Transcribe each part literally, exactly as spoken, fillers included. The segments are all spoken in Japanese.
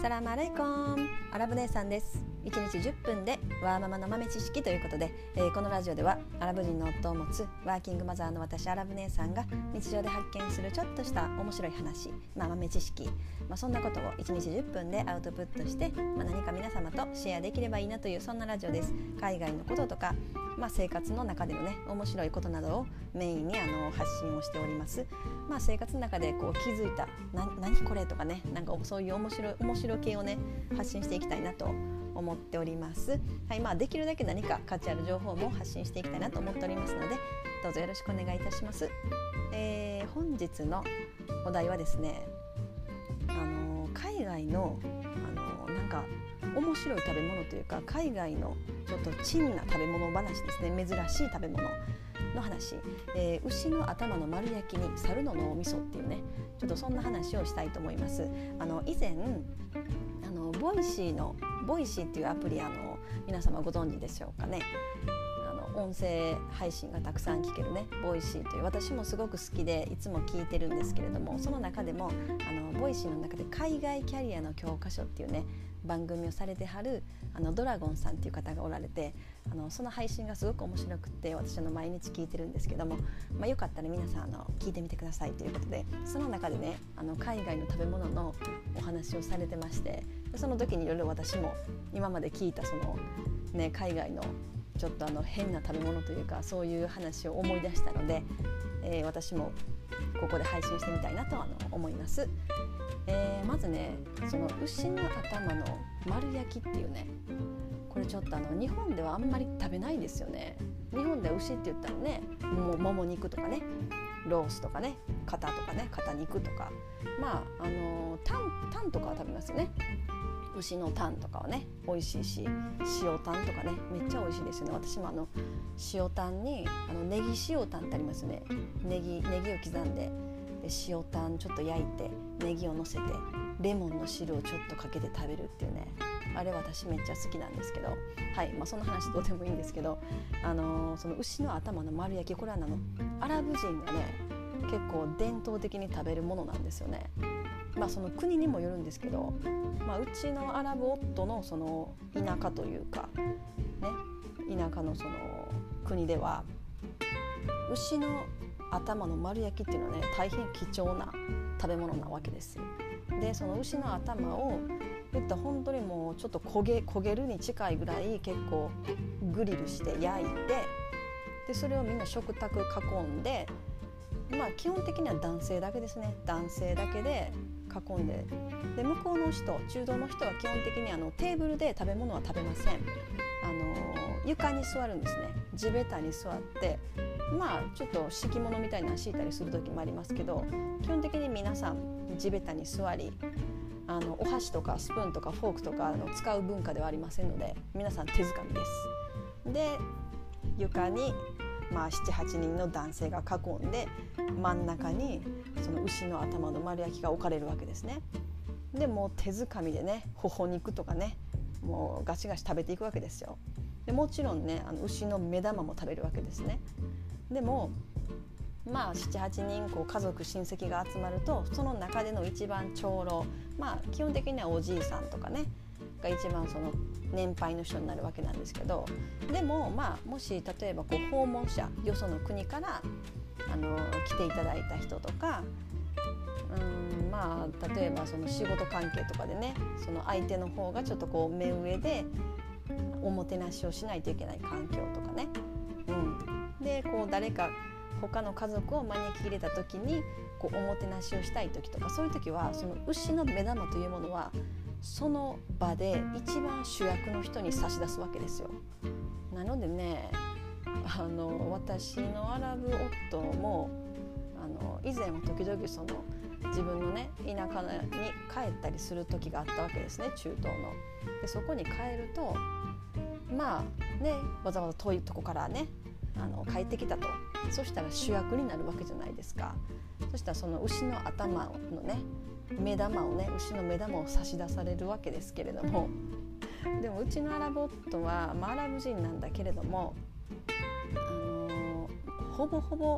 サラムアレイコン、アラブ姉さんです。いちにちじゅっぷんでワーママの豆知識ということで、えー、このラジオではアラブ人の夫を持つワーキングマザーの私アラブ姉さんが日常で発見するちょっとした面白い話、まあ、豆知識、まあ、そんなことをいちにちじゅっぷんでアウトプットして、まあ、何か皆様とシェアできればいいなというそんなラジオです。海外のこととか、まあ、生活の中でのね面白いことなどをメインにあの発信をしております。まあ、生活の中でこう気づいたな何これとかね、なんかそういう面白い面白い系をね発信していきたいなと思っております。はい、まあ、できるだけ何か価値ある情報も発信していきたいなと思っておりますので、どうぞよろしくお願いいたします。えー、本日のお題はですね、あの海外の、あのなんか面白い食べ物というか、海外のちょっと珍な食べ物話ですね。珍しい食べ物の話、えー、牛の頭の丸焼きに猿の脳みそっていうね、ちょっとそんな話をしたいと思います。あの以前あのボイシーのボイシーっていうアプリ、あの皆様ご存知でしょうかね。あの音声配信がたくさん聞けるねボイシーという、私もすごく好きでいつも聞いてるんですけれども、その中でもあのボイシーの中で海外キャリアの教科書っていうね番組をされてはるあのドラゴンさんっていう方がおられて、あのその配信がすごく面白くって私の毎日聞いてるんですけども、まあ、よかったら皆さんあの聞いてみてくださいということで、その中でねあの海外の食べ物のお話をされてまして、その時にいろいろ私も今まで聞いたその、ね、海外のちょっとあの変な食べ物というかそういう話を思い出したので、えー、私もここで配信してみたいなとあの思います。えー、まずね、その牛の頭の丸焼きっていうね、これちょっとあの日本ではあんまり食べないですよね。日本では牛って言ったらね、ももも肉とかね、ロースとかね、肩とかね、肩肉とか、まああのタンタンとかは食べますよね。牛のタンとかはね美味しいし、塩タンとかねめっちゃ美味しいですよね。私もあの塩タンにあのネギ塩タンってありますよね。ネギネギを刻んで、で塩タンちょっと焼いてネギを乗せてレモンの汁をちょっとかけて食べるっていうね、あれ私めっちゃ好きなんですけど、はい、まあ、その話どうでもいいんですけど、あのー、その牛の頭の丸焼き、これはあのアラブ人がね結構伝統的に食べるものなんですよね。まあその国にもよるんですけど、まあ、うちのアラブ夫のその田舎というかね、田舎のその国では牛の頭の丸焼きっていうのはね大変貴重な食べ物なわけです。でその牛の頭を言ったら本当にもうちょっと焦げ焦げるに近いぐらい結構グリルして焼いて、でそれをみんな食卓囲んで、まあ基本的には男性だけですね。男性だけで囲んで、で向こうの人、中東の人は基本的にあのテーブルで食べ物は食べません。あの床に座るんですね。地べたに座って、まあちょっと敷物みたいなの敷いたりする時もありますけど、基本的に皆さん地べたに座り、あのお箸とかスプーンとかフォークとかの使う文化ではありませんので、皆さん手づかみです。で床にまあ、ななはちにんの男性が囲んで、真ん中にその牛の頭の丸焼きが置かれるわけですね。でもう手づかみでね、頬肉とかね、もうガシガシ食べていくわけですよ。でもちろんね、あの牛の目玉も食べるわけですね。でもまあななはちにんこう家族親戚が集まると、その中での一番長老、まあ基本的にはおじいさんとかねが一番その年配の人になるわけなんですけど、でもまあもし例えばこう訪問者、よその国からあの来ていただいた人とか、うーんまあ例えばその仕事関係とかでね、その相手の方がちょっとこう目上でおもてなしをしないといけない環境とかね、うん、でこう誰か他の家族を招き入れた時にこうおもてなしをしたい時とか、そういう時はその牛の目玉というものはその場で一番主役の人に差し出すわけですよ。なのでね、あの私のアラブ夫もあの以前は時々その自分のね田舎に帰ったりする時があったわけですね、中東の。でそこに帰るとまあね、わざわざ遠いとこからねあの帰ってきたと、そしたら主役になるわけじゃないですか。そしたらその牛の頭のね目玉をね、牛の目玉を差し出されるわけですけれども、でもうちのアラブ夫は、まあ、アラブ人なんだけれども、あのー、ほぼほぼ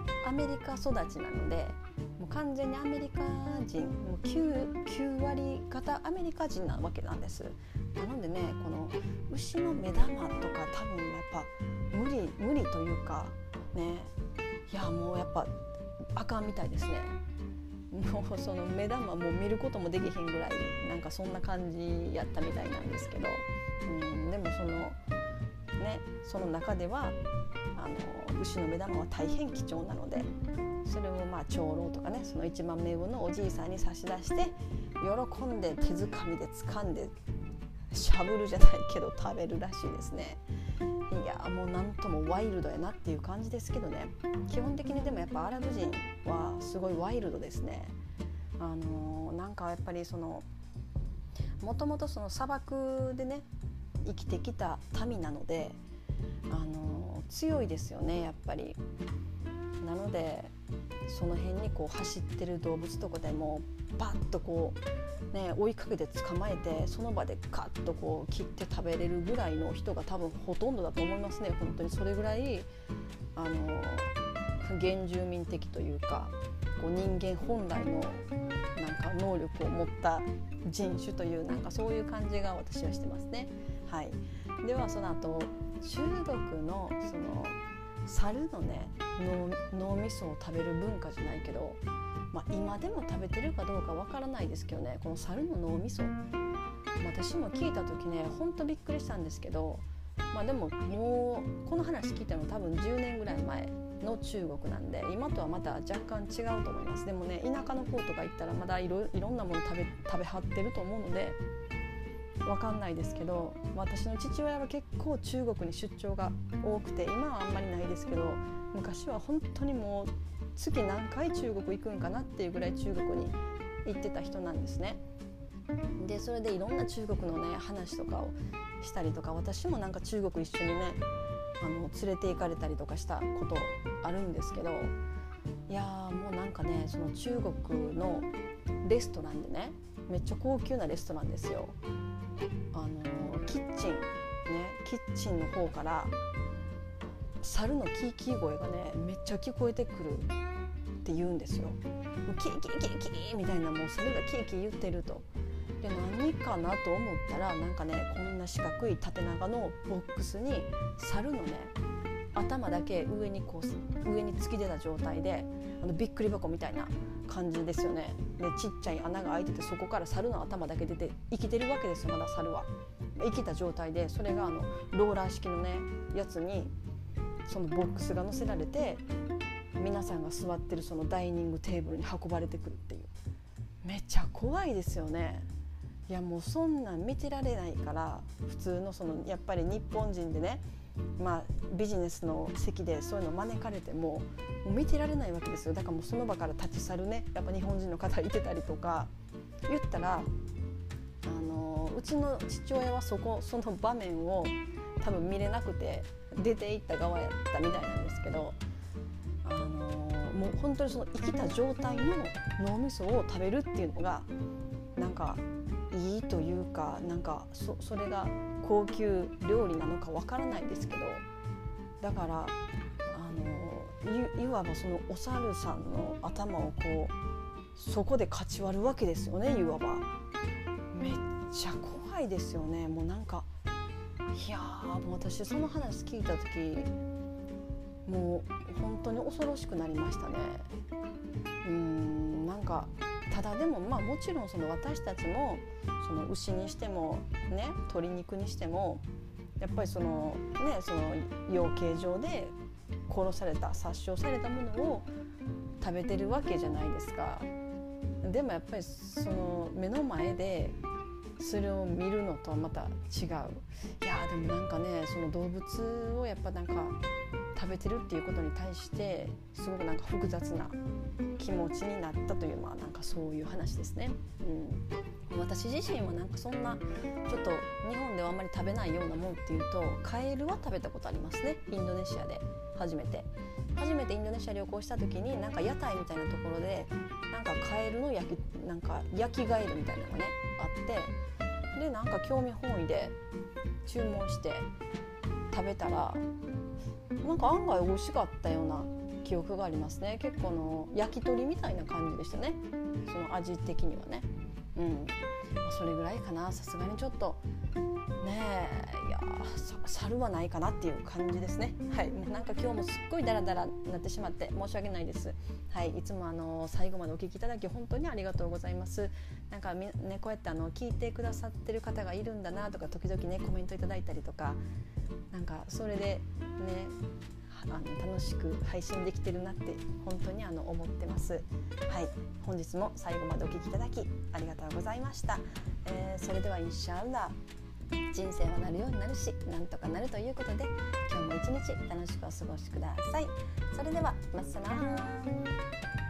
アメリカ育ちなので、もう完全にアメリカ人、もう 9, きゅう割方アメリカ人なわけなんです。なのでね、この牛の目玉とか多分やっぱ無理無理というかね、いやもうやっぱあかんみたいですね。もうその目玉も見ることもできへんぐらいなんかそんな感じやったみたいなんですけど、うん、でもそのね、その中ではあの牛の目玉は大変貴重なので、それをまあ長老とかね、その一番目上のおじいさんに差し出して喜んで手づかみで掴んでしゃぶるじゃないけど食べるらしいですね。いやもうなんともワイルドやなっていう感じですけどね。基本的にでもやっぱアラブ人はすごいワイルドですね。あのー、なんかやっぱりそのもともとその砂漠でね生きてきた民なので、あのー、強いですよねやっぱり。なのでその辺にこう走ってる動物とかでもバッとこう、ね、追いかけて捕まえてその場でカッとこう切って食べれるぐらいの人が多分ほとんどだと思いますね。本当にそれぐらいあの原住民的というか、こう人間本来のなんか能力を持った人種というなんかそういう感じが私はしてますね。はい、ではその後中国のその猿のね 脳, 脳みそを食べる文化じゃないけど、まあ、今でも食べてるかどうかわからないですけどね、この猿の脳みそ私も聞いた時ねほんとびっくりしたんですけど、まあでももうこの話聞いたの多分じゅうねんぐらい前の中国なんで、今とはまた若干違うと思います。でもね田舎の方とか行ったらまだい ろ, いろんなもの食べ食べはってると思うのでわかんないですけど、私の父親は結構中国に出張が多くて、今はあんまりないですけど昔は本当にもう月何回中国行くんかなっていうぐらい中国に行ってた人なんですね。でそれでいろんな中国のね話とかをしたりとか、私もなんか中国一緒にねあの連れて行かれたりとかしたことあるんですけど、いやもうなんかねその中国のレストランでねめっちゃ高級なレストランですよ。あのキッチンねキッチンの方から猿のキーキー声がねめっちゃ聞こえてくるって言うんですよ。キーキーキーキーみたいな、もう猿がキーキー言ってると。で何かなと思ったらなんかねこんな四角い縦長のボックスに猿のね頭だけ上にこう上に突き出た状態で、あのびっくり箱みたいな感じですよね。でちっちゃい穴が開いててそこから猿の頭だけ出て生きてるわけですよ。まだ猿は生きた状態で、それがあのローラー式のねやつにそのボックスが乗せられて皆さんが座ってるそのダイニングテーブルに運ばれてくるっていう、めっちゃ怖いですよね。いやもうそんなん見てられないから、普通のそのやっぱり日本人でね、まあビジネスの席でそういうの招かれてももう見てられないわけですよ。だからもうその場から立ち去るねやっぱ日本人の方いてたりとか、言ったらあのうちの父親はそこその場面を多分見れなくて出て行った側やったみたいなんですけど、あのもう本当にその生きた状態の脳みそを食べるっていうのがなんかいいというか、なんか そ, それが高級料理なのかわからないですけど、だからあの い, いわばそのお猿さんの頭をこうそこでかち割るわけですよね。いわばめっちゃ怖いですよね。もうなんかいやもう私その話聞いた時もう本当に恐ろしくなりましたね。うーんなんかただでもまあもちろんその私たちもその牛にしてもね鶏肉にしてもやっぱりそのねその養鶏場で殺された殺傷されたものを食べてるわけじゃないですか。でもやっぱりその目の前でそれを見るのとはまた違う。いやでもなんかねその動物をやっぱなんか食べてるっていうことに対してすごくなんか複雑な気持ちになったという、まあなんかそういう話ですね。うん、私自身はなんかそんなちょっと日本ではあんまり食べないようなもんっていうとカエルは食べたことありますね。インドネシアで初めて初めてインドネシア旅行した時になんか屋台みたいなところでなんかカエルの焼きなんか焼きガエルみたいなのがねあって、でなんか興味本位で注文して食べたらなんか案外美味しかったような記憶がありますね。結構の焼き鳥みたいな感じでしたね、その味的にはね。うん、それぐらいかな。さすがにちょっとねえ、いや猿はないかなっていう感じですね。はい、なんか今日もすっごいダラダラになってしまって申し訳ないです。はい、いつもあの最後までお聞きいただき本当にありがとうございます。なんかね、こうやってあの聞いてくださってる方がいるんだなとか、時々ねコメントいただいたりとか、なんかそれでねあの楽しく配信できてるなって本当にあの思ってます。はい、本日も最後までお聞きいただきありがとうございました。えー、それではインシャアラ人生はなるようになるし、なんとかなるということで、今日も一日楽しくお過ごしください。それではマッサラー。